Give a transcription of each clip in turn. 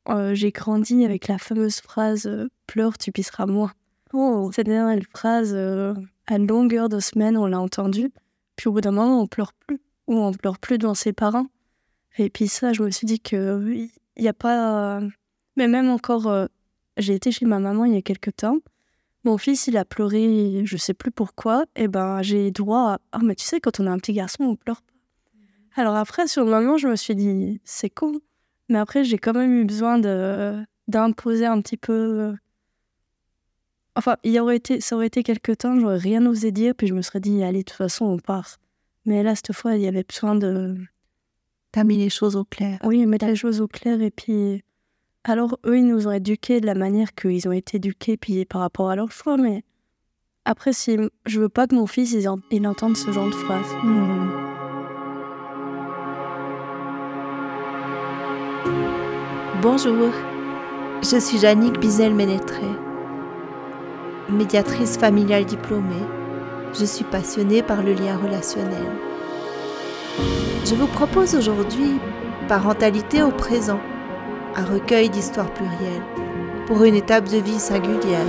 j'ai grandi avec la fameuse phrase pleure, tu pisseras moins. Oh. Cette dernière phrase, à longueur de semaine, on l'a entendue. Puis au bout d'un moment, on pleure plus. Ou on pleure plus devant ses parents. Et puis ça, je me suis dit que il n'y a pas... Mais même encore, j'ai été chez ma maman il y a quelques temps. Mon fils, il a pleuré, je sais plus pourquoi. Et ben, j'ai droit à... Ah, mais tu sais, quand on a un petit garçon, on pleure pas. Alors après, sur le moment, je me suis dit, c'est con. Mais après, j'ai quand même eu besoin d'imposer un petit peu... Enfin, ça aurait été quelques temps, j'aurais rien osé dire, puis je me serais dit, allez, de toute façon, on part. Mais là, cette fois, il y avait besoin de... T'as mis les choses au clair. Oui, mettre les choses au clair, et puis... Alors, eux, ils nous ont éduqués de la manière qu'ils ont été éduqués, puis par rapport à leur choix, mais... Après, si je veux pas que mon fils, il entende ce genre de phrase. Bonjour, je suis Jannick Bizel-Ménétré, médiatrice familiale diplômée. Je suis passionnée par le lien relationnel. Je vous propose aujourd'hui Parentalité au présent, un recueil d'histoires plurielles pour une étape de vie singulière.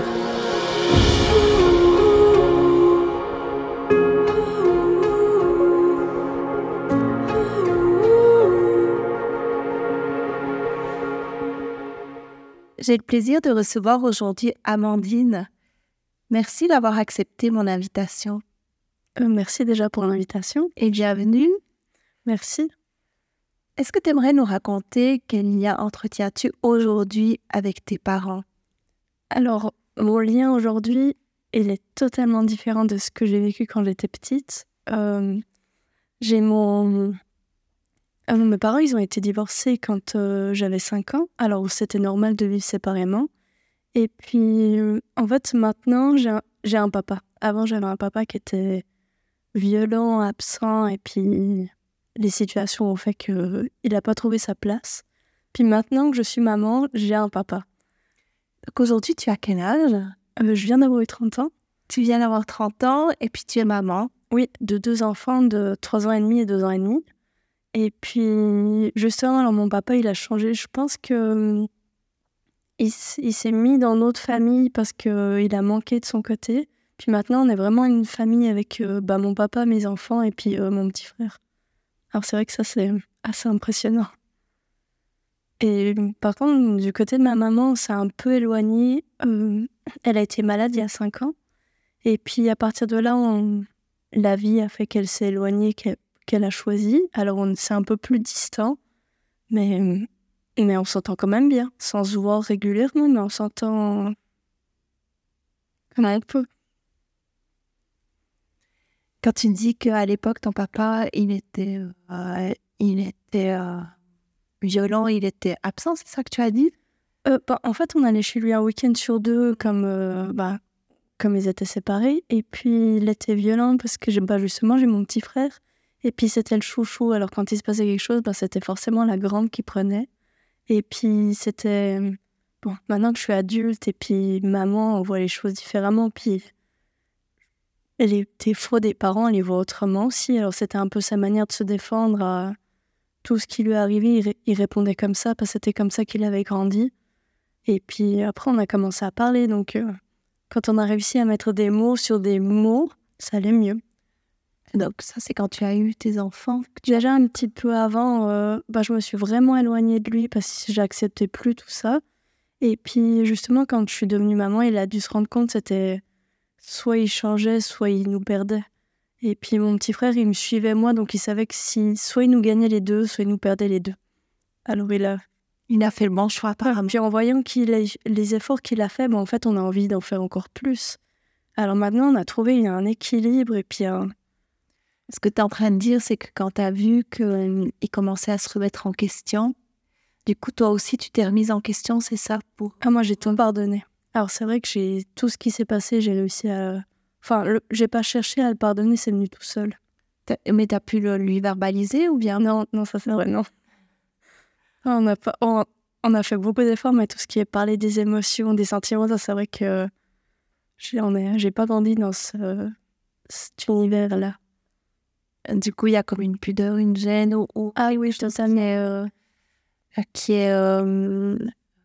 J'ai le plaisir de recevoir aujourd'hui Amandine. Merci d'avoir accepté mon invitation. Merci déjà pour l'invitation. Et bienvenue. Merci. Est-ce que tu aimerais nous raconter quel lien entretiens-tu aujourd'hui avec tes parents? Alors, mon lien aujourd'hui, il est totalement différent de ce que j'ai vécu quand j'étais petite. Mes parents, ils ont été divorcés quand j'avais 5 ans, alors c'était normal de vivre séparément. Et puis, en fait, maintenant, j'ai un papa. Avant, j'avais un papa qui était violent, absent, et puis les situations ont fait qu'il n'a pas trouvé sa place. Puis maintenant que je suis maman, j'ai un papa. Donc aujourd'hui, tu as quel âge? Je viens d'avoir eu 30 ans. Tu viens d'avoir 30 ans et puis tu es maman. Oui, de 2 enfants de 3 ans et demi et 2 ans et demi. Et puis, justement, alors mon papa, il a changé. Je pense que il s'est mis dans notre famille parce qu'il a manqué de son côté. Puis maintenant, on est vraiment une famille avec mon papa, mes enfants et puis mon petit frère. Alors c'est vrai que ça, c'est assez impressionnant. Et par contre, du côté de ma maman, c'est un peu éloigné. Elle a été malade il y a 5 ans. Et puis à partir de là, la vie a fait qu'elle s'est éloignée, qu'elle a choisi. Alors c'est un peu plus distant. Mais on s'entend quand même bien. Sans se voir régulièrement, mais on s'entend comme on peut. Quand tu me dis qu'à l'époque, ton papa, il était violent, il était absent, c'est ça que tu as dit? En fait, on allait chez lui un week-end sur 2, comme ils étaient séparés. Et puis, il était violent parce que justement, j'ai mon petit frère. Et puis, c'était le chouchou. Alors, quand il se passait quelque chose, c'était forcément la grande qui prenait. Et puis, c'était... Bon, maintenant que je suis adulte et puis maman, on voit les choses différemment. Puis, les défauts des parents, on les voit autrement aussi. Alors, c'était un peu sa manière de se défendre à tout ce qui lui arrivait. Il répondait comme ça parce que c'était comme ça qu'il avait grandi. Et puis, après, on a commencé à parler. Donc, quand on a réussi à mettre des mots sur des mots, ça allait mieux. Donc, ça, c'est quand tu as eu tes enfants? Déjà, un petit peu avant, je me suis vraiment éloignée de lui parce que j'acceptais plus tout ça. Et puis, justement, quand je suis devenue maman, il a dû se rendre compte que c'était soit il changeait, soit il nous perdait. Et puis, mon petit frère, il me suivait moi, donc il savait que soit il nous gagnait les deux, soit il nous perdait les deux. Alors, il a fait le bon choix, apparemment. Puis, en voyant les efforts qu'il a fait, en fait, on a envie d'en faire encore plus. Alors maintenant, on a trouvé un équilibre et puis Ce que tu es en train de dire, c'est que quand tu as vu qu'il commençait à se remettre en question, du coup, toi aussi, tu t'es remise en question, c'est ça? Moi, j'ai tout pardonné. Alors, c'est vrai que tout ce qui s'est passé, j'ai réussi à... Enfin, j'ai pas cherché à le pardonner, c'est venu tout seul. Mais tu as pu lui verbaliser ou bien? Non, ça c'est vrai, non. On a fait beaucoup d'efforts, mais tout ce qui est parler des émotions, des sentiments, ça c'est vrai que j'ai pas grandi dans cet univers-là. Du coup, il y a comme une pudeur, une gêne ou Ah oui, je te ça, mais qui est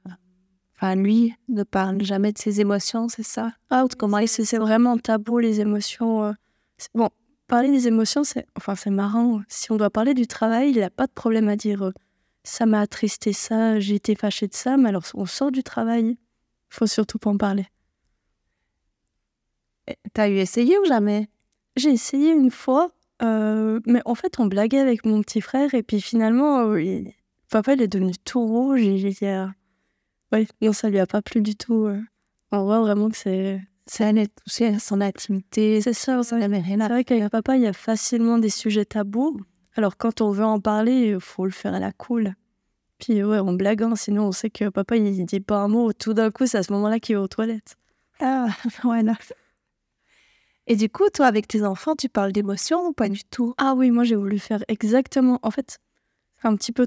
Enfin, lui ne parle jamais de ses émotions, c'est ça? Ah, c'est vraiment tabou, les émotions. Bon, parler des émotions, c'est marrant. Si on doit parler du travail, il n'a pas de problème à dire ça m'a attristé, ça, j'ai été fâchée de ça, mais alors on sort du travail, il faut surtout pas en parler. T'as eu essayé ou jamais? J'ai essayé une fois, mais en fait, on blaguait avec mon petit frère, et puis finalement, papa, il est devenu tout rouge, ouais, non, ça lui a pas plu du tout. On voit vraiment que ça allait toucher à son intimité. C'est ça, ça n'avait rien à c'est vrai qu'avec papa, il y a facilement des sujets tabous. Alors, quand on veut en parler, il faut le faire à la cool. Puis, ouais, en blaguant, sinon on sait que papa, il dit pas un mot. Tout d'un coup, c'est à ce moment-là qu'il va aux toilettes. Ah, voilà. Et du coup, toi, avec tes enfants, tu parles d'émotions ou pas du tout? Ah oui, moi, j'ai voulu faire exactement... En fait, c'est un petit peu...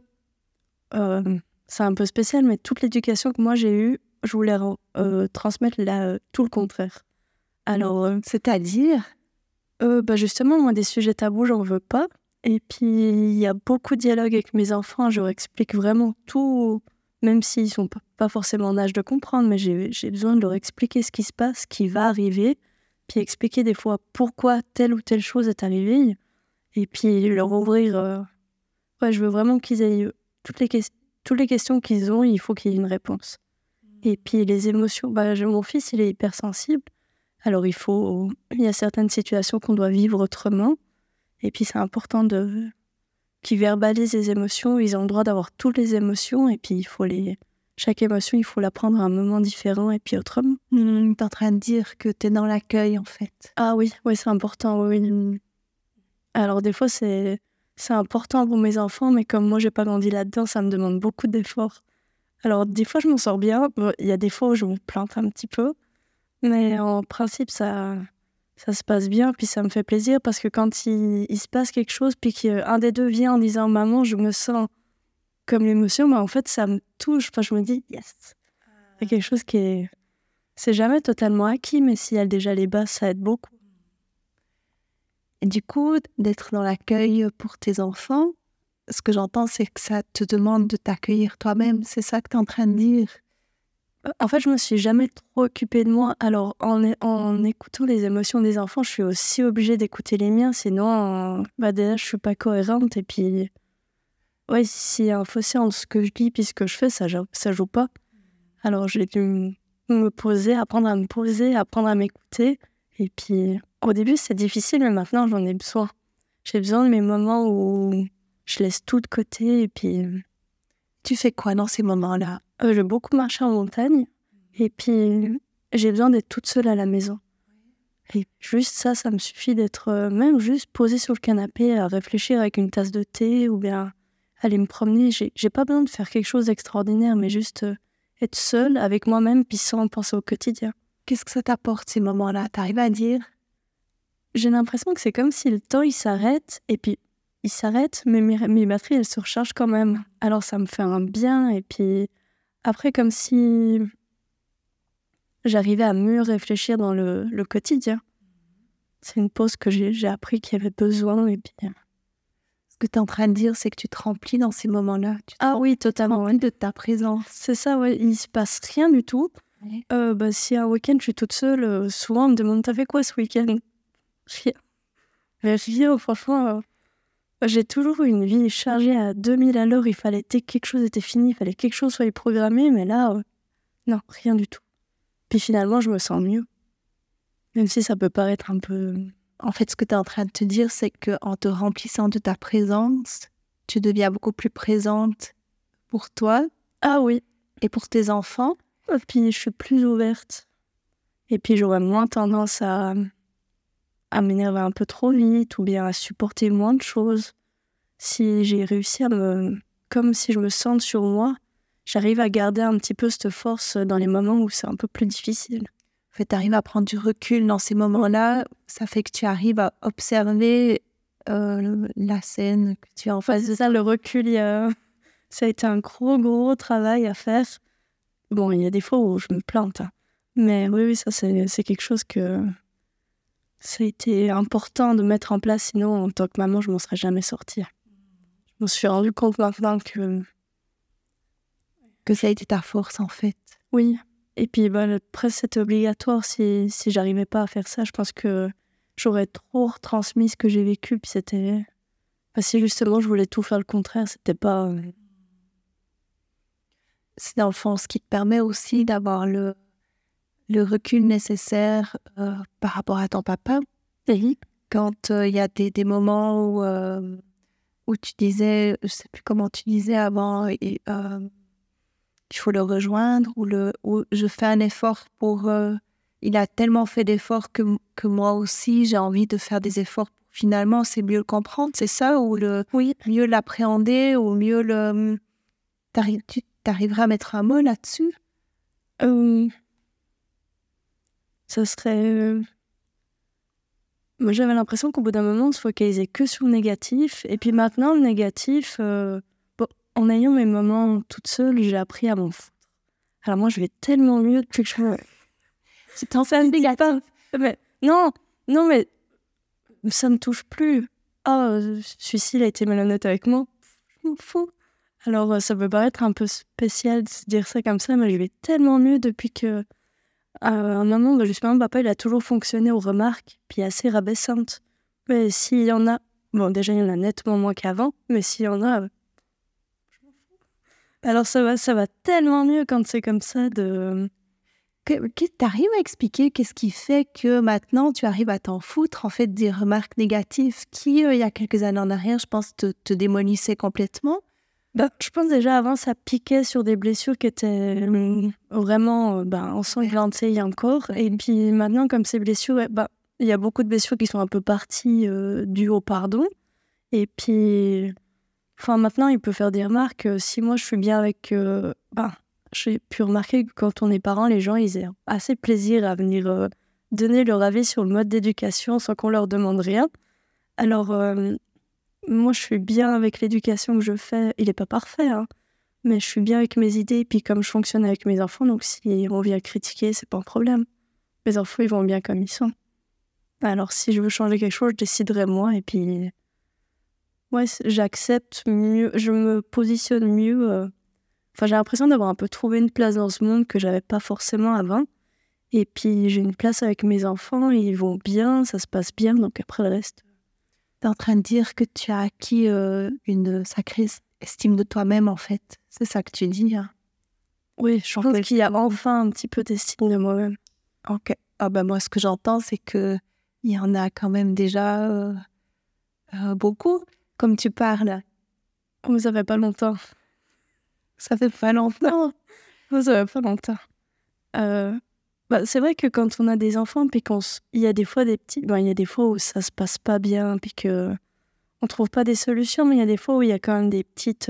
c'est un peu spécial, mais toute l'éducation que moi, j'ai eue, je voulais transmettre tout le contraire. Alors, c'est-à-dire justement, moi, des sujets tabous, j'en veux pas. Et puis, il y a beaucoup de dialogue avec mes enfants. Je leur explique vraiment tout, même s'ils sont pas forcément en âge de comprendre, mais j'ai besoin de leur expliquer ce qui se passe, ce qui va arriver, puis expliquer des fois pourquoi telle ou telle chose est arrivée, et puis leur ouvrir... Ouais, je veux vraiment qu'ils aient toutes les questions qu'ils ont, il faut qu'il y ait une réponse. Et puis, les émotions... mon fils, il est hypersensible. Alors, il y a certaines situations qu'on doit vivre autrement. Et puis, c'est important qu'ils verbalisent les émotions. Ils ont le droit d'avoir toutes les émotions. Et puis, chaque émotion, il faut la prendre à un moment différent et puis autrement. T'es en train de dire que t'es dans l'accueil, en fait. Ah oui, c'est important, oui. Alors, des fois, c'est important pour mes enfants, mais comme moi, j'ai pas grandi là-dedans, ça me demande beaucoup d'efforts. Alors, des fois, je m'en sors bien. Il y a des fois où je me plante un petit peu. Mais en principe, ça se passe bien, puis ça me fait plaisir parce que quand il se passe quelque chose, puis qu'un des deux vient en disant « Maman, je me sens comme l'émotion », en fait, ça me touche. Enfin, je me dis « Yes ». C'est quelque chose c'est jamais totalement acquis, mais s'il y a déjà les bases, ça aide beaucoup. Et du coup, d'être dans l'accueil pour tes enfants, ce que j'entends, c'est que ça te demande de t'accueillir toi-même. C'est ça que tu es en train de dire? En fait, je me suis jamais trop occupée de moi. Alors, en écoutant les émotions des enfants, je suis aussi obligée d'écouter les miens. Sinon, déjà, je suis pas cohérente. Et puis, ouais, s'il y a un fossé entre ce que je dis et ce que je fais, ça joue pas. Alors, j'ai dû me poser, apprendre à me poser, apprendre à m'écouter. Et puis, au début, c'est difficile, mais maintenant, j'en ai besoin. J'ai besoin de mes moments où je laisse tout de côté. Et puis, tu fais quoi dans ces moments-là? J'ai beaucoup marché en montagne. Et puis, j'ai besoin d'être toute seule à la maison. Et juste ça me suffit d'être même juste posée sur le canapé à réfléchir avec une tasse de thé ou bien aller me promener. J'ai pas besoin de faire quelque chose d'extraordinaire, mais juste être seule avec moi-même puis sans penser au quotidien. Qu'est-ce que ça t'apporte ces moments-là? T'arrives à dire? J'ai l'impression que c'est comme si le temps il s'arrête et puis il s'arrête, mais mes batteries elles se rechargent quand même. Alors ça me fait un bien et puis après comme si j'arrivais à mieux réfléchir dans le quotidien. C'est une pause que j'ai appris qu'il y avait besoin et puis... Ce que tu es en train de dire, c'est que tu te remplis dans ces moments-là. Oui, totalement. De ta présence. C'est ça, ouais. Il se passe rien du tout. Ouais. Si un week-end, je suis toute seule, souvent, on me demande « T'as fait quoi ce week-end ?» Rien. Mais rien, franchement, j'ai toujours eu une vie chargée à 2000 à l'heure. Il fallait que quelque chose était fini, il fallait que quelque chose soit programmé. Mais là, non, rien du tout. Puis finalement, je me sens mieux. Même si ça peut paraître un peu... En fait, ce que tu es en train de te dire, c'est qu'en te remplissant de ta présence, tu deviens beaucoup plus présente pour toi. Ah oui. Et pour tes enfants. Et puis, je suis plus ouverte. Et puis, j'aurais moins tendance à m'énerver un peu trop vite ou bien à supporter moins de choses. Si j'ai réussi comme si je me sente sur moi, j'arrive à garder un petit peu cette force dans les moments où c'est un peu plus difficile. En fait, tu arrives à prendre du recul dans ces moments-là. Ça fait que tu arrives à observer la scène que tu es en face de ça. Le recul, ça a été un gros travail à faire. Bon, il y a des fois où je me plante. Hein. Mais oui, ça, c'est quelque chose que ça a été important de mettre en place. Sinon, en tant que maman, je ne m'en serais jamais sortie. Je me suis rendu compte maintenant que ça a été ta force, en fait. Oui. Et puis, après, c'était obligatoire. Si j'arrivais pas à faire ça, je pense que j'aurais trop retransmis ce que j'ai vécu. Puis c'était... Enfin, si justement je voulais tout faire le contraire, c'était pas... C'est dans le fond ce qui te permet aussi d'avoir le recul nécessaire par rapport à ton papa. Oui. Quand il y a des moments où tu disais, je sais plus comment tu disais avant, il faut le rejoindre, ou je fais un effort pour... il a tellement fait d'efforts que moi aussi, j'ai envie de faire des efforts. Finalement, c'est mieux le comprendre, c'est ça? Ou mieux l'appréhender, ou mieux le... Tu t'arriveras à mettre un mot là-dessus? Ça serait... Moi, j'avais l'impression qu'au bout d'un moment, on se focalisait que sur le négatif. Et puis maintenant, le négatif... en ayant mes moments toute seule, j'ai appris à m'en foutre. Alors moi, je vais tellement mieux depuis que je... C'est t'en fais un négatif. Mais non, mais ça me touche plus. Celui-ci, il a été malhonnête avec moi. Je m'en fous. Alors, ça peut paraître un peu spécial de se dire ça comme ça, mais je vais tellement mieux depuis que... À un moment, justement, papa, il a toujours fonctionné aux remarques, puis assez rabaissantes. Mais s'il y en a... Bon, déjà, il y en a nettement moins qu'avant, mais s'il y en a... Alors, ça va tellement mieux quand c'est comme ça de... T'arrives à expliquer qu'est-ce qui fait que maintenant tu arrives à t'en foutre en fait des remarques négatives qui, il y a quelques années en arrière, je pense, te démolissaient complètement? Je pense déjà avant, ça piquait sur des blessures qui étaient vraiment ensanglantées encore. Et puis maintenant, comme ces blessures, il y a beaucoup de blessures qui sont un peu parties dues au pardon. Et puis, maintenant, il peut faire des remarques. Si moi, je suis bien avec... j'ai pu remarquer que quand on est parents, les gens, ils ont assez plaisir à venir donner leur avis sur le mode d'éducation sans qu'on leur demande rien. Alors... moi, je suis bien avec l'éducation que je fais. Il n'est pas parfait, hein, mais je suis bien avec mes idées. Et puis, comme je fonctionne avec mes enfants, donc si on vient critiquer, c'est pas un problème. Mes enfants, ils vont bien comme ils sont. Alors, si je veux changer quelque chose, je déciderai moi. Et puis, j'accepte mieux, je me positionne mieux. J'ai l'impression d'avoir un peu trouvé une place dans ce monde que j'avais pas forcément avant. Et puis, j'ai une place avec mes enfants. Ils vont bien, ça se passe bien. Donc, après le reste... T'es en train de dire que tu as acquis une sacrée estime de toi-même, en fait. C'est ça que tu dis, hein? Oui, je trouve qu'il y a enfin un petit peu d'estime de moi-même. Ok. Moi, ce que j'entends, c'est qu'il y en a quand même déjà beaucoup, comme tu parles. Oh, mais ça fait pas longtemps. Ça fait pas longtemps. Ça fait pas longtemps. C'est vrai que quand on a des enfants, puis il y a des fois il y a des fois où ça se passe pas bien, puis que on trouve pas des solutions, mais il y a des fois où il y a quand même des petites...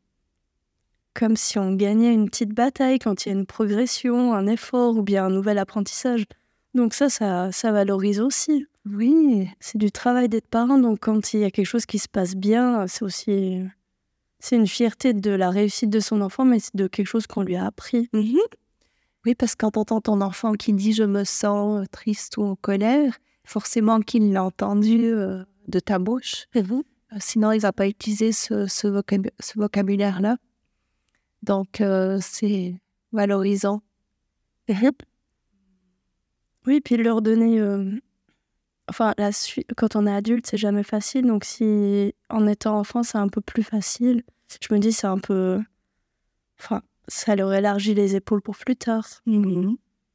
comme si on gagnait une petite bataille quand il y a une progression, un effort ou bien un nouvel apprentissage. Donc ça valorise aussi. Oui. C'est du travail d'être parent, donc quand il y a quelque chose qui se passe bien, c'est aussi... C'est une fierté de la réussite de son enfant, mais c'est de quelque chose qu'on lui a appris. Mm-hmm. Oui, parce que quand on entend ton enfant qui dit « je me sens triste ou en colère », forcément qu'il l'a entendu de ta bouche. Mm-hmm. Sinon, il ne va pas utiliser ce vocabulaire-là. Donc, c'est valorisant. Mm-hmm. Oui, puis leur donner... la suite, quand on est adulte, c'est jamais facile. Donc, si en étant enfant, c'est un peu plus facile, je me dis c'est un peu... ça leur élargit les épaules pour plus tard. Mm-hmm.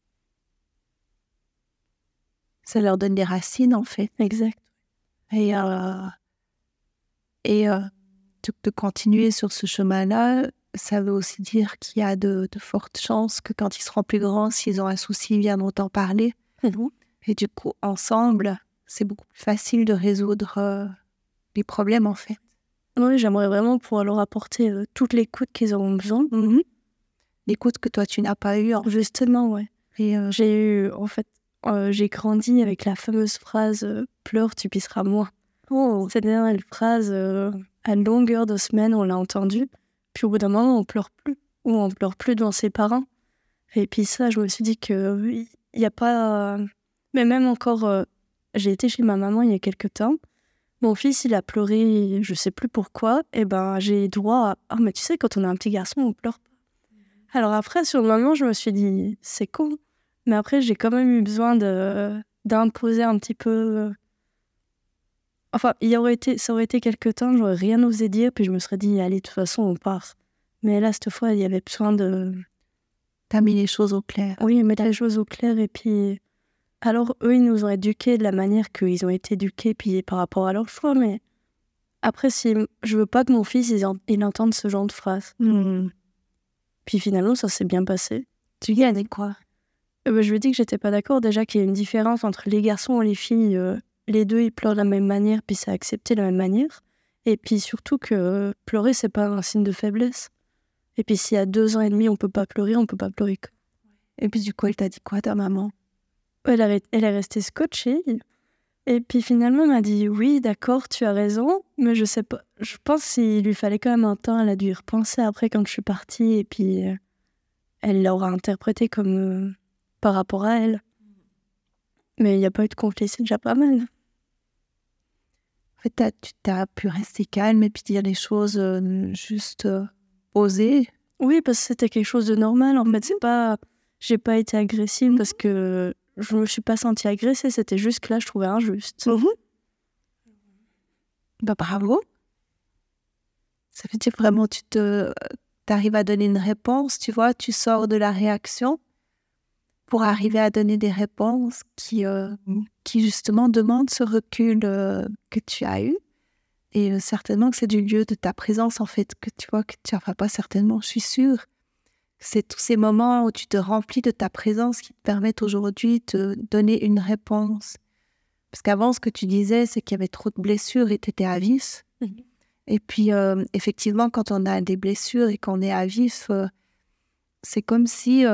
Ça leur donne des racines, en fait. Exact. Et de continuer sur ce chemin-là, ça veut aussi dire qu'il y a de fortes chances que quand ils seront plus grands, s'ils ont un souci, ils viendront t'en parler. Mm-hmm. Et du coup, ensemble, c'est beaucoup plus facile de résoudre les problèmes, en fait. Oui, j'aimerais vraiment pouvoir leur apporter toute l'écoute qu'ils auront besoin. Mm-hmm. L'écoute que toi, tu n'as pas eue. Justement, ouais. Et j'ai grandi avec la fameuse phrase « pleure, tu pisseras moins ». Oh. Cette dernière phrase, à longueur de semaine, on l'a entendue. Puis au bout d'un moment, on pleure plus. Ou on pleure plus devant ses parents. Et puis ça, je me suis dit qu'il n'y a pas... Mais même encore, j'ai été chez ma maman il y a quelques temps. Mon fils, il a pleuré, je sais plus pourquoi. Et j'ai droit à... mais tu sais, quand on a un petit garçon, on pleure pas. Alors après, sur le moment, je me suis dit, c'est con. Mais après, j'ai quand même eu besoin d'imposer un petit peu. Enfin, ça aurait été quelques temps, j'aurais rien osé dire, puis je me serais dit, allez, de toute façon, on part. Mais là, cette fois, il y avait besoin de. T'as mis les choses au clair. Oui, mettre les choses au clair. Et puis, alors, eux, ils nous ont éduqués de la manière qu'ils ont été éduqués, puis par rapport à leur choix. Mais après, si je veux pas que mon fils, il entende ce genre de phrases. Puis finalement, ça s'est bien passé. Tu lui as dit quoi? Je lui ai dit que j'étais pas d'accord. Déjà qu'il y a une différence entre les garçons et les filles. Les deux, ils pleurent de la même manière, puis c'est accepté de la même manière. Et puis surtout que pleurer, c'est pas un signe de faiblesse. Et puis s'il y a 2 ans et demi, on peut pas pleurer. Et puis du coup, elle t'a dit quoi, ta maman? Elle est restée scotchée. Et puis finalement, elle m'a dit, oui, d'accord, tu as raison, mais je sais pas. Je pense qu'il lui fallait quand même un temps. Elle a dû y repenser après quand je suis partie. Et puis, elle l'aura interprété comme par rapport à elle. Mais il n'y a pas eu de conflit, c'est déjà pas mal. En fait, tu t'as pu rester calme et puis dire les choses juste posées. Oui, parce que c'était quelque chose de normal. En fait, j'ai pas été agressive parce que je me suis pas sentie agressée. C'était juste que là, je trouvais injuste. Bah bravo. Ça veut dire vraiment t'arrives à donner une réponse, tu vois, tu sors de la réaction pour arriver à donner des réponses qui justement demandent ce recul que tu as eu. Et certainement que c'est du lieu de ta présence, en fait, que tu vois, que tu n'as pas certainement, je suis sûre. C'est tous ces moments où tu te remplis de ta présence qui te permettent aujourd'hui de donner une réponse. Parce qu'avant, ce que tu disais, c'est qu'il y avait trop de blessures et tu étais à vif. Et puis, effectivement, quand on a des blessures et qu'on est à vif, c'est comme si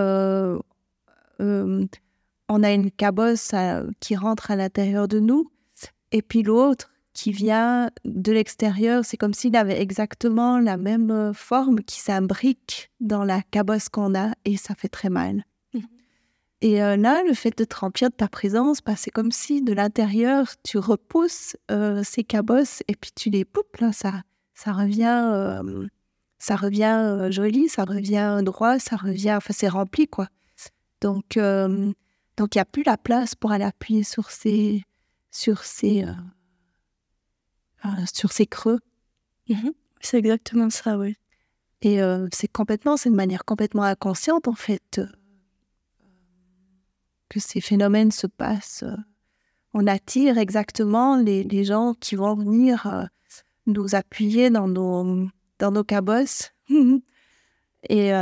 on a une cabosse qui rentre à l'intérieur de nous, et puis l'autre qui vient de l'extérieur, c'est comme s'il avait exactement la même forme qui s'imbrique dans la cabosse qu'on a, et ça fait très mal. Et là, le fait de te remplir de ta présence, c'est comme si de l'intérieur, tu repousses ces cabosses et puis tu les poupes, là, ça revient joli, ça revient droit, c'est rempli, quoi. Donc, il n'y a plus la place pour aller appuyer sur ces creux. C'est exactement ça, oui. Et c'est une manière complètement inconsciente, en fait, que ces phénomènes se passent. On attire exactement les gens qui vont venir nous appuyer dans nos cabosses. Et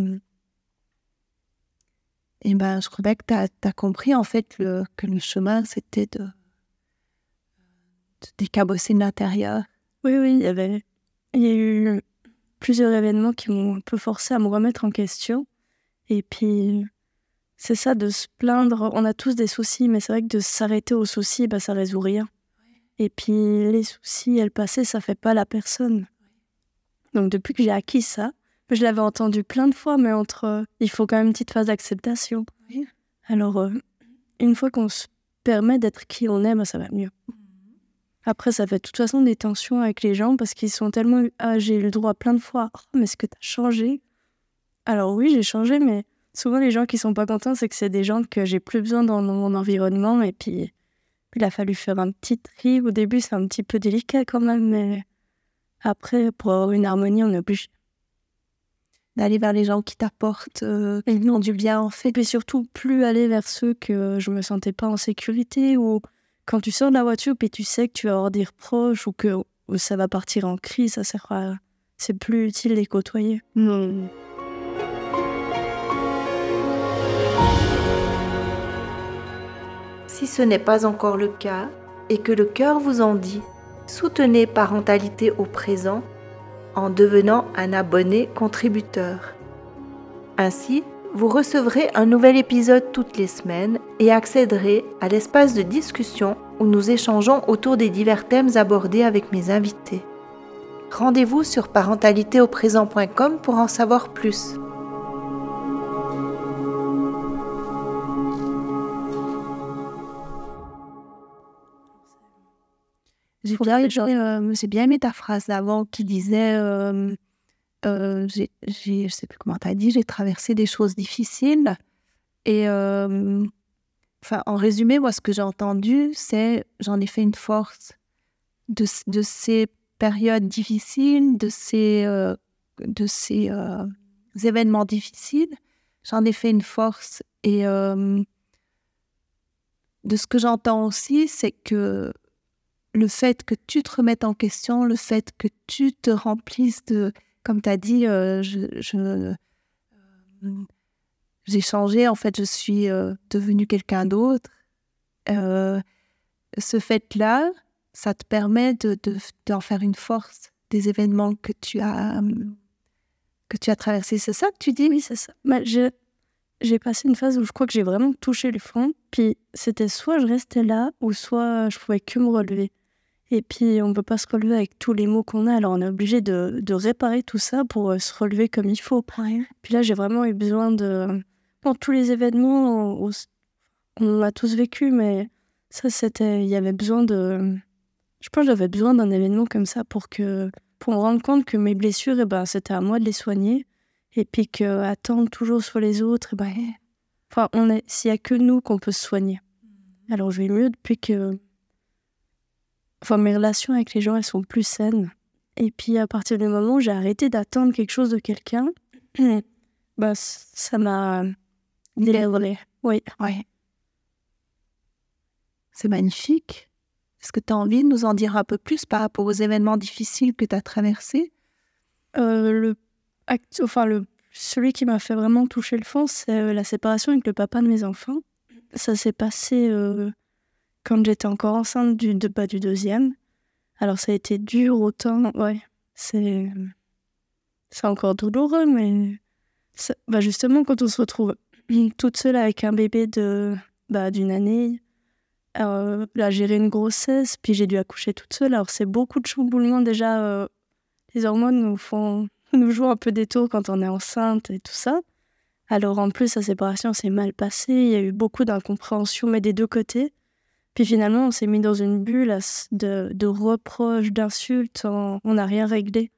je crois que tu as compris, en fait, que le chemin, c'était de décabosser de l'intérieur. Oui, il y a eu plusieurs événements qui m'ont un peu forcé à me remettre en question. Et puis, c'est ça, de se plaindre. On a tous des soucis, mais c'est vrai que de s'arrêter aux soucis, ça résout rien. Et puis, les soucis, elles passer, ça fait pas la personne. Donc, depuis que j'ai acquis ça, je l'avais entendu plein de fois, mais il faut quand même une petite phase d'acceptation. Oui. Alors, une fois qu'on se permet d'être qui on est, ça va mieux. Après, ça fait de toute façon des tensions avec les gens parce qu'ils sont tellement... Ah, j'ai eu le droit plein de fois. Oh, mais est-ce que t'as changé? Alors oui, j'ai changé, mais souvent les gens qui sont pas contents, c'est que c'est des gens que j'ai plus besoin dans mon environnement. Et puis il a fallu faire un petit tri. Au début, c'est un petit peu délicat quand même, mais après, pour avoir une harmonie, on est obligé d'aller vers les gens qui t'apportent du bien, en fait. Et puis surtout, plus aller vers ceux que je me sentais pas en sécurité, ou quand tu sors de la voiture puis tu sais que tu vas avoir des reproches ou que ça va partir en crise, c'est plus utile de les côtoyer. Si ce n'est pas encore le cas et que le cœur vous en dit, soutenez Parentalité au présent en devenant un abonné contributeur. Ainsi, vous recevrez un nouvel épisode toutes les semaines et accéderez à l'espace de discussion où nous échangeons autour des divers thèmes abordés avec mes invités. Rendez-vous sur parentalitéauprésent.com pour en savoir plus. J'ai bien aimé ta phrase d'avant qui disait je sais plus comment t'as dit, j'ai traversé des choses difficiles. Et en résumé, moi, ce que j'ai entendu, c'est j'en ai fait une force de ces périodes difficiles, de ces événements difficiles. J'en ai fait une force. Et de ce que j'entends aussi, c'est que le fait que tu te remettes en question, le fait que tu te remplisses de... Comme tu as dit, j'ai changé, en fait, je suis devenue quelqu'un d'autre. Ce fait-là, ça te permet d'en faire une force des événements que tu as traversés. C'est ça que tu dis? Oui, c'est ça. J'ai passé une phase où je crois que j'ai vraiment touché le fond. Puis c'était soit je restais là, ou soit je pouvais que me relever. Et puis on ne peut pas se relever avec tous les maux qu'on a. Alors on est obligé de réparer tout ça pour se relever comme il faut. Ouais. Puis là, j'ai vraiment eu besoin de... Bon, tous les événements, on a tous vécu, mais ça, il y avait besoin de... Je pense que j'avais besoin d'un événement comme ça pour me rendre compte que mes blessures, c'était à moi de les soigner. Et puis qu'attendre toujours sur les autres, s'il n'y a que nous qu'on peut se soigner. Alors je vais mieux depuis que... mes relations avec les gens, elles sont plus saines. Et puis à partir du moment où j'ai arrêté d'attendre quelque chose de quelqu'un, ça m'a libérée. Oui. Ouais. C'est magnifique. Est-ce que tu as envie de nous en dire un peu plus par rapport aux événements difficiles que tu as traversés? Celui qui m'a fait vraiment toucher le fond, c'est la séparation avec le papa de mes enfants. Ça s'est passé quand j'étais encore enceinte du deuxième. Alors ça a été dur autant, ouais. C'est encore douloureux, mais justement quand on se retrouve toute seule avec un bébé d'une année, gérer une grossesse, puis j'ai dû accoucher toute seule. Alors c'est beaucoup de chamboulements déjà. Les hormones nous jouent un peu des tours quand on est enceinte et tout ça. Alors en plus, la séparation s'est mal passée, il y a eu beaucoup d'incompréhension, mais des deux côtés. Puis finalement, on s'est mis dans une bulle de reproches, d'insultes, on n'a rien réglé.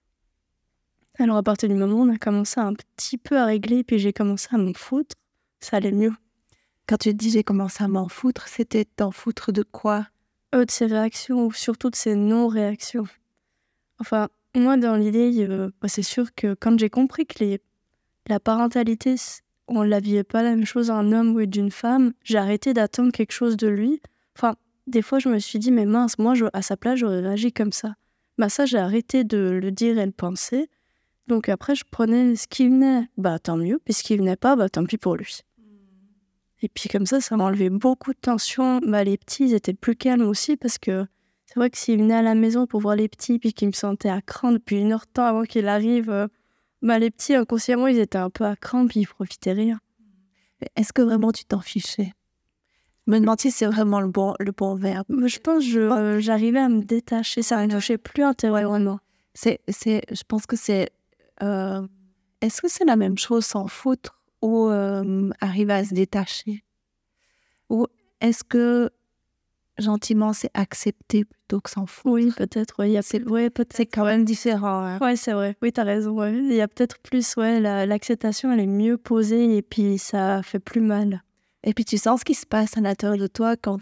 Alors à partir du moment où on a commencé un petit peu à régler, puis j'ai commencé à m'en foutre, ça allait mieux. Quand tu dis j'ai commencé à m'en foutre, c'était t'en foutre de quoi? De ces réactions, ou surtout de ces non-réactions. Enfin, moi, dans l'idée, c'est sûr que quand j'ai compris que la parentalité, on ne la vivait pas la même chose d'un homme ou d'une femme, j'ai arrêté d'attendre quelque chose de lui. Enfin, des fois, je me suis dit, mais mince, moi, à sa place, j'aurais réagi comme ça. Ça, j'ai arrêté de le dire et le penser. Donc après, je prenais ce qui venait, tant mieux. Puis ce qui venait pas, tant pis pour lui. Et puis comme ça m'a enlevé beaucoup de tension. Les petits, ils étaient plus calmes aussi parce que c'est vrai que s'ils venaient à la maison pour voir les petits puis qu'ils me sentaient à cran depuis 1 heure de temps avant qu'il arrive, les petits, inconsciemment, ils étaient un peu à cran puis ils profitaient rien. Est-ce que vraiment tu t'en fichais? Me demander si c'est vraiment le bon verbe. Je pense que j'arrivais à me détacher, ça ne me touchait plus intérieurement. Je pense que c'est... est-ce que c'est la même chose s'en foutre ou arriver à se détacher? Ou est-ce que gentiment c'est accepter plutôt que s'en foutre? Oui, peut-être. Ouais, peut-être. C'est quand même différent. Hein. Oui, c'est vrai. Oui, t'as raison. Ouais. Il y a peut-être plus, l'acceptation, elle est mieux posée et puis ça fait plus mal. Et puis tu sens ce qui se passe à l'intérieur de toi quand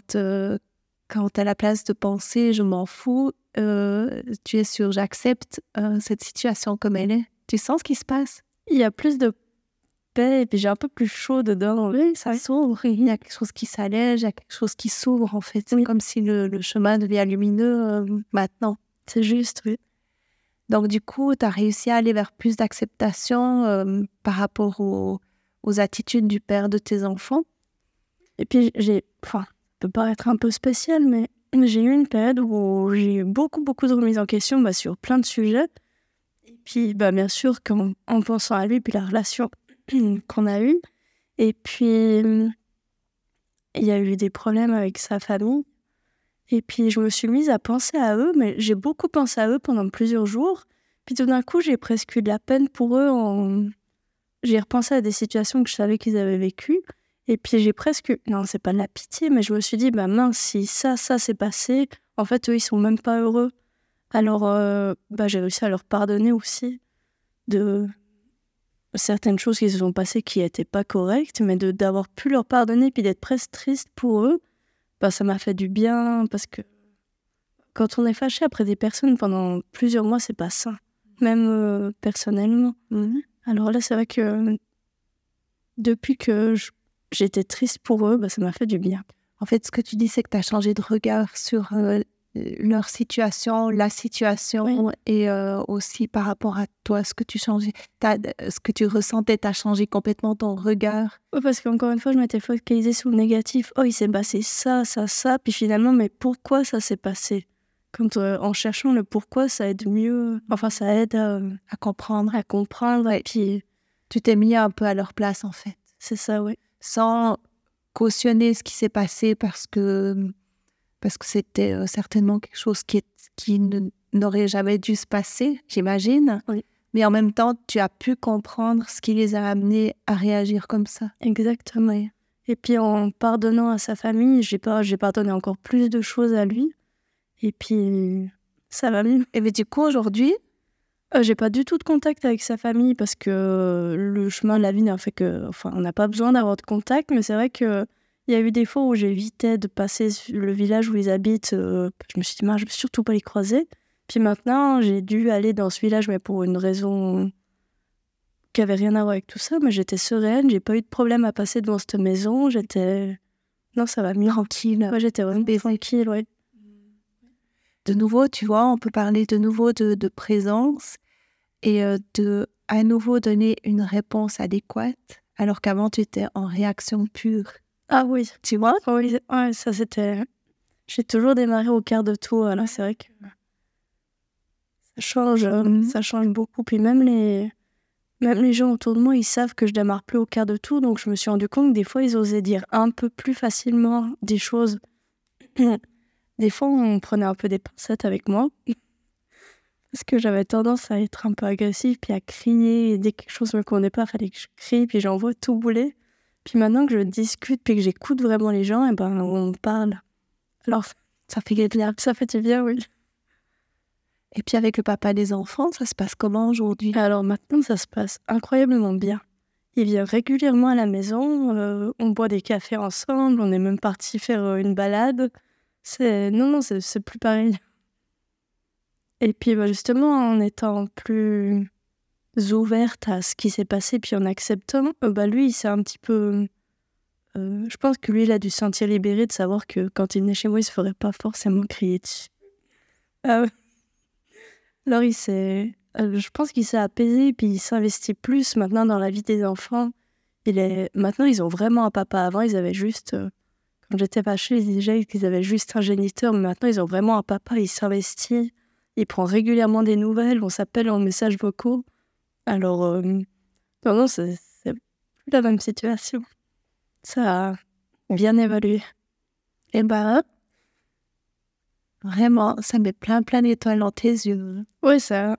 à la place de penser je m'en fous, tu es sûr j'accepte cette situation comme elle est. Tu sens ce qui se passe? Il y a plus de paix et puis j'ai un peu plus chaud dedans. Oui, ça s'ouvre. Il y a quelque chose qui s'allège, il y a quelque chose qui s'ouvre en fait. C'est comme si le chemin devient lumineux maintenant. C'est juste, oui. Donc du coup, tu as réussi à aller vers plus d'acceptation par rapport aux attitudes du père de tes enfants. Et puis ça peut paraître un peu spécial, mais j'ai eu une période où j'ai eu beaucoup, beaucoup de remises en question sur plein de sujets. Et puis, bien sûr, en pensant à lui, puis la relation qu'on a eue. Et puis, il y a eu des problèmes avec sa famille. Et puis, je me suis mise à penser à eux, mais j'ai beaucoup pensé à eux pendant plusieurs jours. Puis tout d'un coup, j'ai presque eu de la peine pour eux. J'ai repensé à des situations que je savais qu'ils avaient vécues. Et puis j'ai non, c'est pas de la pitié, mais je me suis dit, mince, si ça s'est passé, en fait, eux, ils sont même pas heureux. Alors, j'ai réussi à leur pardonner aussi. de certaines choses qui se sont passées qui n'étaient pas correctes, mais d'avoir pu leur pardonner puis d'être presque triste pour eux, ça m'a fait du bien parce que quand on est fâché après des personnes pendant plusieurs mois, c'est pas sain, même personnellement. Alors là, c'est vrai que depuis que j'étais triste pour eux, ça m'a fait du bien. En fait, ce que tu dis, c'est que tu as changé de regard sur leur situation, la situation, et aussi par rapport à toi, ce que tu ressentais, tu as changé complètement ton regard. Oui, parce qu'encore une fois, je m'étais focalisée sur le négatif. Oh, il s'est passé ça, ça, ça. Puis finalement, mais pourquoi ça s'est passé? Quand en cherchant le pourquoi, ça aide mieux. Enfin, ça aide à comprendre. À comprendre. Ouais. Et puis, tu t'es mis un peu à leur place, en fait. C'est ça, oui. Sans cautionner ce qui s'est passé parce que c'était certainement quelque chose qui n'aurait jamais dû se passer, j'imagine. Oui. Mais en même temps, tu as pu comprendre ce qui les a amenés à réagir comme ça. Exactement. Et puis en pardonnant à sa famille, j'ai pardonné encore plus de choses à lui. Et puis ça va mieux. Et mais du coup, aujourd'hui, j'ai pas du tout de contact avec sa famille parce que le chemin de la vie n'a fait que... Enfin, on n'a pas besoin d'avoir de contact, mais c'est vrai que il y a eu des fois où j'évitais de passer le village où ils habitent. Je me suis dit, je ne veux surtout pas les croiser. Puis maintenant, j'ai dû aller dans ce village, mais pour une raison qui n'avait rien à voir avec tout ça. Mais j'étais sereine, j'ai pas eu de problème à passer devant cette maison. Non, ça va mieux. Tranquille. Ouais, j'étais vraiment tranquille, ouais. De nouveau, tu vois, on peut parler de nouveau de présence et de à nouveau donner une réponse adéquate, alors qu'avant, tu étais en réaction pure. Ah oui. Tu vois? Oui, ouais, ça c'était... J'ai toujours démarré au quart de tour. Là, c'est vrai que ça change beaucoup. Puis même les gens autour de moi, ils savent que je démarre plus au quart de tour. Donc je me suis rendu compte que des fois, ils osaient dire un peu plus facilement des choses. Des fois, on prenait un peu des pincettes avec moi. Parce que j'avais tendance à être un peu agressive, puis à crier. Et dès que quelque chose ne me convenait pas, il fallait que je crie, puis j'envoie tout bouler. Puis maintenant que je discute, puis que j'écoute vraiment les gens, on parle. Alors, ça fait du bien, oui. Et puis avec le papa des enfants, ça se passe comment aujourd'hui? Alors maintenant, ça se passe incroyablement bien. Il vient régulièrement à la maison, on boit des cafés ensemble, on est même parti faire une balade. C'est plus pareil. Et puis justement, en étant plus ouverte à ce qui s'est passé, puis en acceptant, lui, il s'est un petit peu... je pense que lui, il a dû se sentir libéré de savoir que quand il venait chez moi, il se ferait pas forcément crier dessus. Alors je pense qu'il s'est apaisé, puis il s'investit plus maintenant dans la vie des enfants. Maintenant, ils ont vraiment un papa. Avant, ils avaient juste... quand j'étais fâchée, ils disaient qu'ils avaient juste un géniteur, mais maintenant, ils ont vraiment un papa. Il s'investit, il prend régulièrement des nouvelles, on s'appelle en messages vocaux. Alors, non, c'est plus la même situation. Ça a bien évolué. Et vraiment, ça met plein d'étoiles dans tes yeux. Oui, ça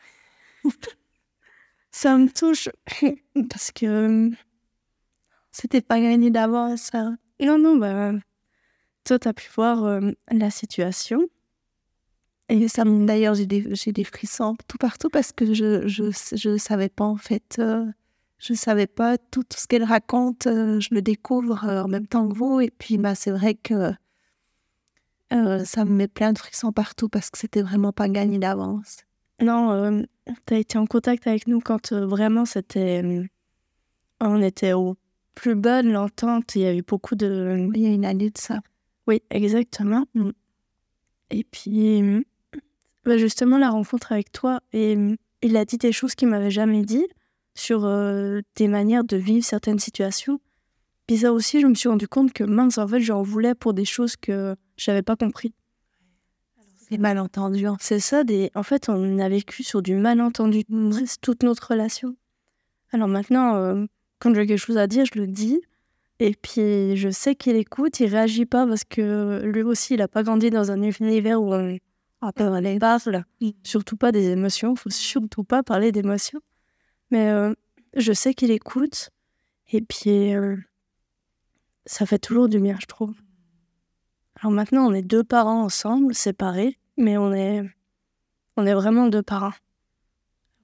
me touche parce que c'était pas gagné d'avance, ça. Non, toi, t'as pu voir la situation. Et ça, d'ailleurs, j'ai des frissons tout partout parce que je savais pas, en fait. Je savais pas tout ce qu'elle raconte. Je le découvre en même temps que vous. Et puis, c'est vrai que ça me met plein de frissons partout parce que c'était vraiment pas gagné d'avance. Non, t'as été en contact avec nous quand vraiment c'était... on était au plus bas de l'entente. Il y a eu beaucoup de... Il y a une année de ça. Oui, exactement. Et puis, justement, la rencontre avec toi, et il a dit des choses qu'il m'avait jamais dit sur des manières de vivre certaines situations. Puis ça aussi, je me suis rendu compte que mince, en fait, j'en voulais pour des choses que j'avais pas compris. Des malentendus. C'est ça, en fait, on a vécu sur du malentendu toute notre relation. Alors maintenant, quand j'ai quelque chose à dire, je le dis. Et puis, je sais qu'il écoute, il réagit pas parce que lui aussi, il a pas grandi dans un univers où on parle. Surtout pas des émotions, faut surtout pas parler d'émotions. Mais je sais qu'il écoute. Et puis, ça fait toujours du bien, je trouve. Alors maintenant, on est 2 parents ensemble, séparés, mais on est vraiment 2 parents.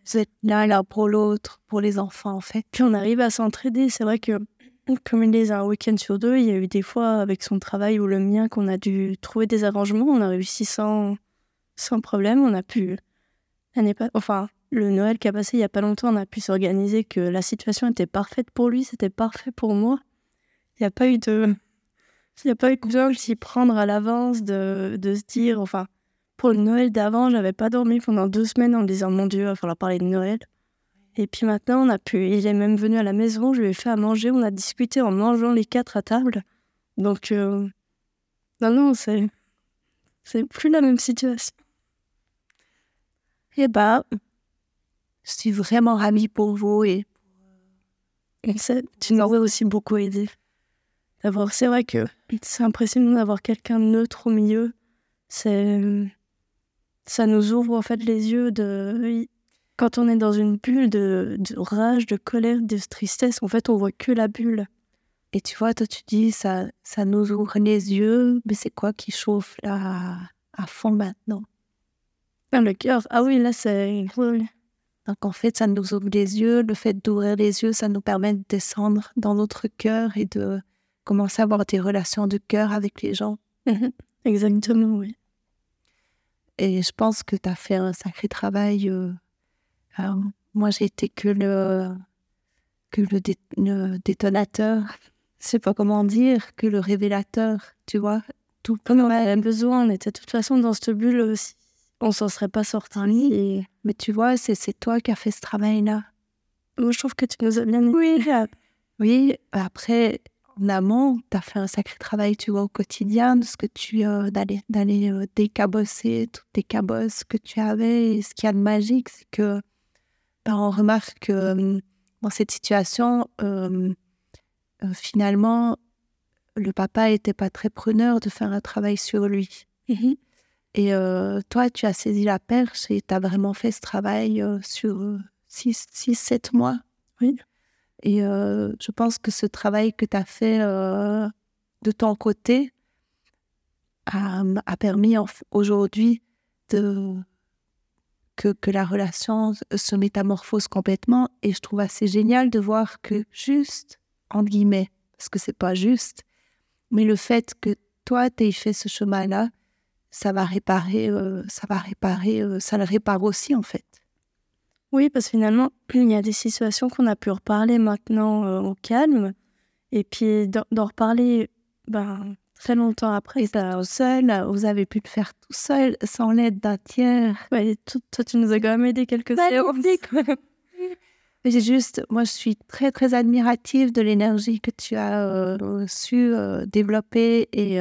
Vous êtes l'un pour l'autre, pour les enfants, en fait. Puis on arrive à s'entraider. C'est vrai que, comme il les a un week-end sur 2, il y a eu des fois, avec son travail ou le mien, qu'on a dû trouver des arrangements. On a réussi sans problème. On a pu... le Noël qui a passé il n'y a pas longtemps, on a pu s'organiser que la situation était parfaite pour lui, c'était parfait pour moi. Il n'y a pas eu besoin de s'y prendre à l'avance, de se dire... pour le Noël d'avant, j'avais pas dormi pendant 2 semaines en me disant « Mon Dieu, il va falloir parler de Noël ». Et puis maintenant, il est même venu à la maison, je lui ai fait à manger, on a discuté en mangeant les 4 à table. Donc, non, c'est plus la même situation. Eh ben, je suis vraiment ravie pour vous et tu nous aurais aussi beaucoup aidé. C'est vrai que c'est impressionnant d'avoir quelqu'un de neutre au milieu. Ça nous ouvre en fait les yeux quand on est dans une bulle de rage, de colère, de tristesse. En fait, on voit que la bulle. Et tu vois, toi tu dis ça nous ouvre les yeux, mais c'est quoi qui chauffe là à fond maintenant? Le cœur. Ah oui, là c'est... Donc en fait, ça nous ouvre les yeux. Le fait d'ouvrir les yeux, ça nous permet de descendre dans notre cœur et de commencer à avoir des relations de cœur avec les gens. Exactement, oui. Et je pense que tu as fait un sacré travail. Moi, j'ai été que le détonateur, je sais pas comment dire, que le révélateur, tu vois. Tout comme on avait besoin, on était de toute façon dans cette bulle aussi. On s'en serait pas sorti. Mais tu vois, c'est toi qui as fait ce travail-là. Moi, je trouve que tu nous as bien aidés. Oui, après, en amont, tu as fait un sacré travail, tu vois, au quotidien, de ce que d'aller décabosser toutes tes cabosses que tu avais. Et ce qu'il y a de magique, c'est que on remarque que dans cette situation, finalement, le papa n'était pas très preneur de faire un travail sur lui. Et toi, tu as saisi la perche et tu as vraiment fait ce travail sur 6-7 mois. Oui. Et je pense que ce travail que tu as fait de ton côté a permis aujourd'hui que la relation se métamorphose complètement. Et je trouve assez génial de voir que juste, entre guillemets, parce que c'est pas juste, mais le fait que toi, tu aies fait ce chemin-là, ça le répare aussi, en fait. Oui, parce que finalement, il y a des situations qu'on a pu reparler maintenant au calme. Et puis, d'en reparler très longtemps après. Et ça, vous avez pu le faire tout seul, sans l'aide d'un tiers. Ouais, toi, tu nous as quand même aidé quelques séances. Moi, je suis très, très admirative de l'énergie que tu as su développer et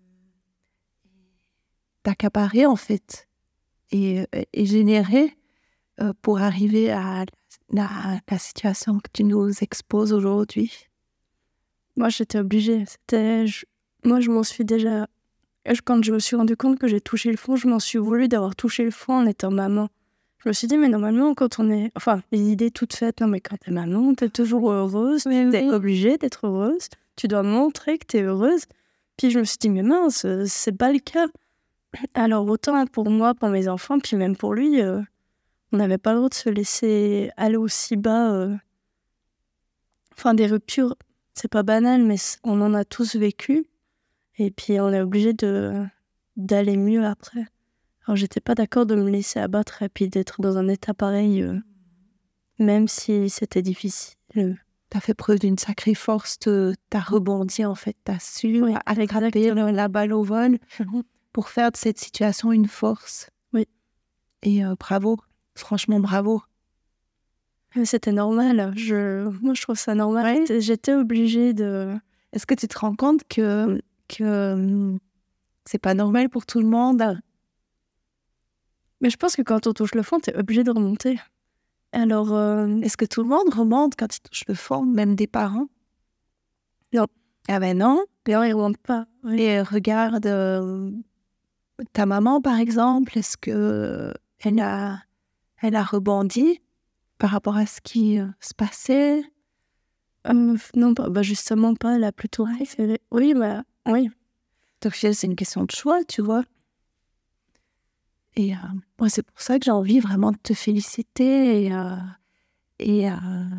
d'accaparer, en fait, et générer pour arriver à la situation que tu nous exposes aujourd'hui. Moi, j'étais obligée. Moi, je m'en suis déjà... Quand je me suis rendu compte que j'ai touché le fond, je m'en suis voulu d'avoir touché le fond en étant maman. Je me suis dit, mais normalement, quand on est... les idées toutes faites, non, mais quand t'es maman, t'es toujours heureuse, t'es obligée d'être heureuse, tu dois montrer que t'es heureuse. Puis je me suis dit, mais mince, c'est pas le cas. Alors, autant pour moi, pour mes enfants, puis même pour lui, on n'avait pas le droit de se laisser aller aussi bas. Des ruptures, c'est pas banal, mais on en a tous vécu. Et puis, on est obligé d'aller mieux après. Alors, j'étais pas d'accord de me laisser abattre et puis d'être dans un état pareil, même si c'était difficile. T'as fait preuve d'une sacrée force, t'as rebondi, en fait, t'as su attraper la balle au vol pour faire de cette situation une force. Oui. Et bravo, franchement bravo. Mais c'était normal, moi je trouve ça normal. Ouais. J'étais obligée de... Est-ce que tu te rends compte que c'est pas normal pour tout le monde? Mais je pense que quand on touche le fond, t'es obligé de remonter. Alors, est-ce que tout le monde remonte quand il touche le fond, même des parents? Non. Ah ben non. Les gens, ils remontent pas. Oui. Et regarde ta maman, par exemple, est-ce que elle a rebondi par rapport à ce qui se passait? Non, justement pas. Elle a plutôt préféré. Oui, oui. Donc c'est une question de choix, tu vois. Et moi, c'est pour ça que j'ai envie vraiment de te féliciter et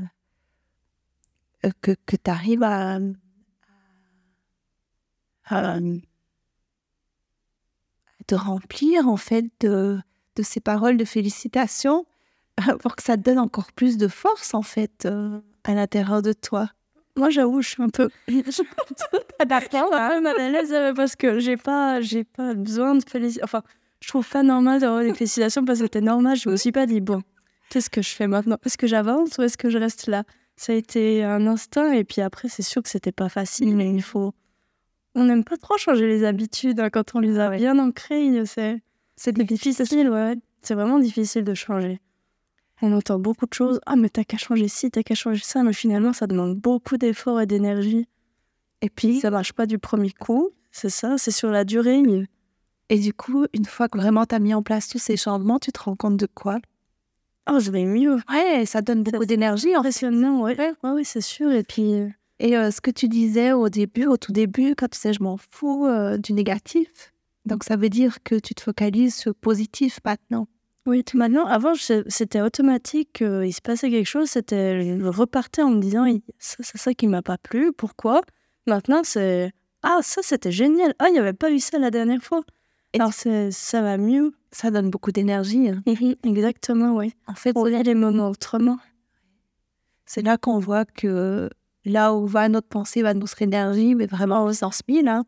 que tu arrives à te remplir en fait de ces paroles de félicitations pour que ça te donne encore plus de force en fait à l'intérieur de toi. Moi, j'avoue, je suis un peu mal à l'aise parce que j'ai pas besoin de félicitations. Enfin, je trouve pas normal d'avoir des félicitations parce que c'était normal. Je me suis pas dit, bon, qu'est-ce que je fais maintenant? Est-ce que j'avance ou est-ce que je reste là? Ça a été un instinct et puis après, c'est sûr que c'était pas facile, mais on n'aime pas trop changer les habitudes quand on les a bien ancrées. C'est difficile, ouais. C'est vraiment difficile de changer. On entend beaucoup de choses. Ah, mais t'as qu'à changer ci, t'as qu'à changer ça. Mais finalement, ça demande beaucoup d'efforts et d'énergie. Et puis, ça marche pas du premier coup. C'est ça, c'est sur la durée. Et du coup, une fois que vraiment t'as mis en place tous ces changements, tu te rends compte de quoi? Oh, je vais mieux. Ouais, ça donne beaucoup d'énergie. Impressionnant, ouais. Ouais, c'est sûr. Et puis... Et ce que tu disais au tout début, quand tu sais, je m'en fous du négatif. Donc, ça veut dire que tu te focalises sur le positif maintenant. Oui, maintenant, avant, c'était automatique. Il se passait quelque chose, je repartais en me disant, c'est ça qui m'a pas plu, pourquoi? Maintenant, c'est, ah, ça, c'était génial. Ah, il n'y avait pas eu ça la dernière fois. Alors, ça va mieux. Ça donne beaucoup d'énergie. Hein. Exactement, oui. En fait, on regarde les moments autrement. C'est là qu'on voit que là où va notre pensée, va notre énergie, mais vraiment au sens 1000. Hein.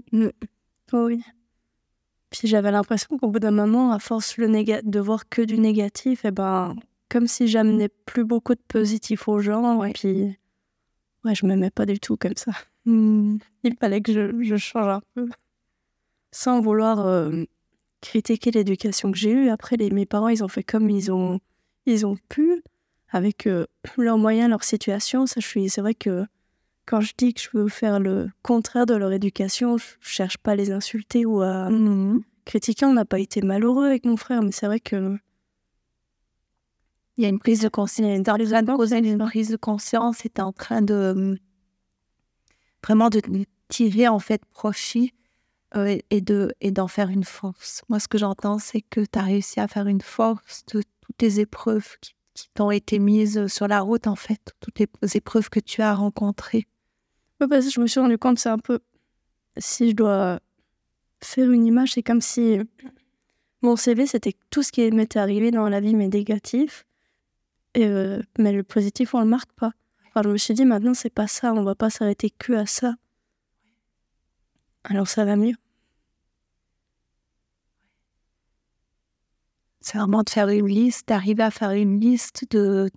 Oui. Puis j'avais l'impression qu'au bout d'un moment, à force de voir que du négatif, comme si j'amenais plus beaucoup de positif aux gens. Et puis, je m'aimais pas du tout comme ça. Il fallait que je change un peu. Sans vouloir critiquer l'éducation que j'ai eue. Après, mes parents, ils ont fait comme ils ont pu, avec leurs moyens, leur situation. C'est vrai que quand je dis que je veux faire le contraire de leur éducation, je cherche pas à les insulter ou à critiquer. On n'a pas été malheureux avec mon frère, mais c'est vrai que il y a une prise de conscience. Une prise de conscience, c'était en train de vraiment de tirer en fait profit et d'en faire une force. Moi, ce que j'entends, c'est que tu as réussi à faire une force de toutes les épreuves qui t'ont été mises sur la route, en fait, toutes les épreuves que tu as rencontrées. Oui, parce que je me suis rendu compte, c'est un peu... Si je dois faire une image, c'est comme si mon CV, c'était tout ce qui m'était arrivé dans la vie, mais négatif. Mais le positif, on le marque pas. Enfin, je me suis dit, maintenant, c'est pas ça, on va pas s'arrêter que à ça. Alors, ça va mieux. C'est vraiment de faire une liste, d'arriver à faire une liste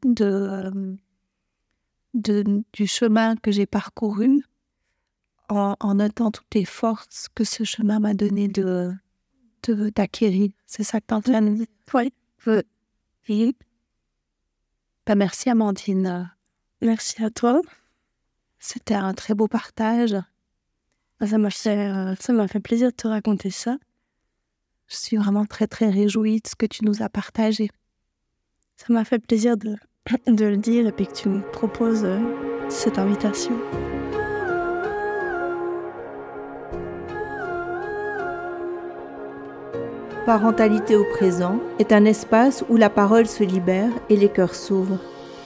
du chemin que j'ai parcouru en notant toutes les forces que ce chemin m'a donné d'acquérir. C'est ça que tu es en train de dire? Oui. Merci Amandine. Merci à toi. C'était un très beau partage. Ça m'a fait plaisir de te raconter ça. Je suis vraiment très très réjouie de ce que tu nous as partagé. Ça m'a fait plaisir de le dire et puis que tu me proposes cette invitation. Parentalité au présent est un espace où la parole se libère et les cœurs s'ouvrent.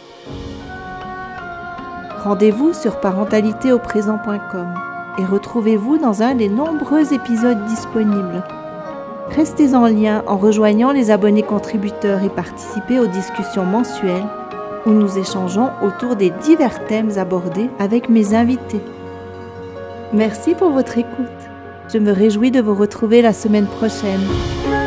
Rendez-vous sur parentalitéauprésent.com et retrouvez-vous dans un des nombreux épisodes disponibles. Restez en lien en rejoignant les abonnés contributeurs et participez aux discussions mensuelles où nous échangeons autour des divers thèmes abordés avec mes invités. Merci pour votre écoute. Je me réjouis de vous retrouver la semaine prochaine.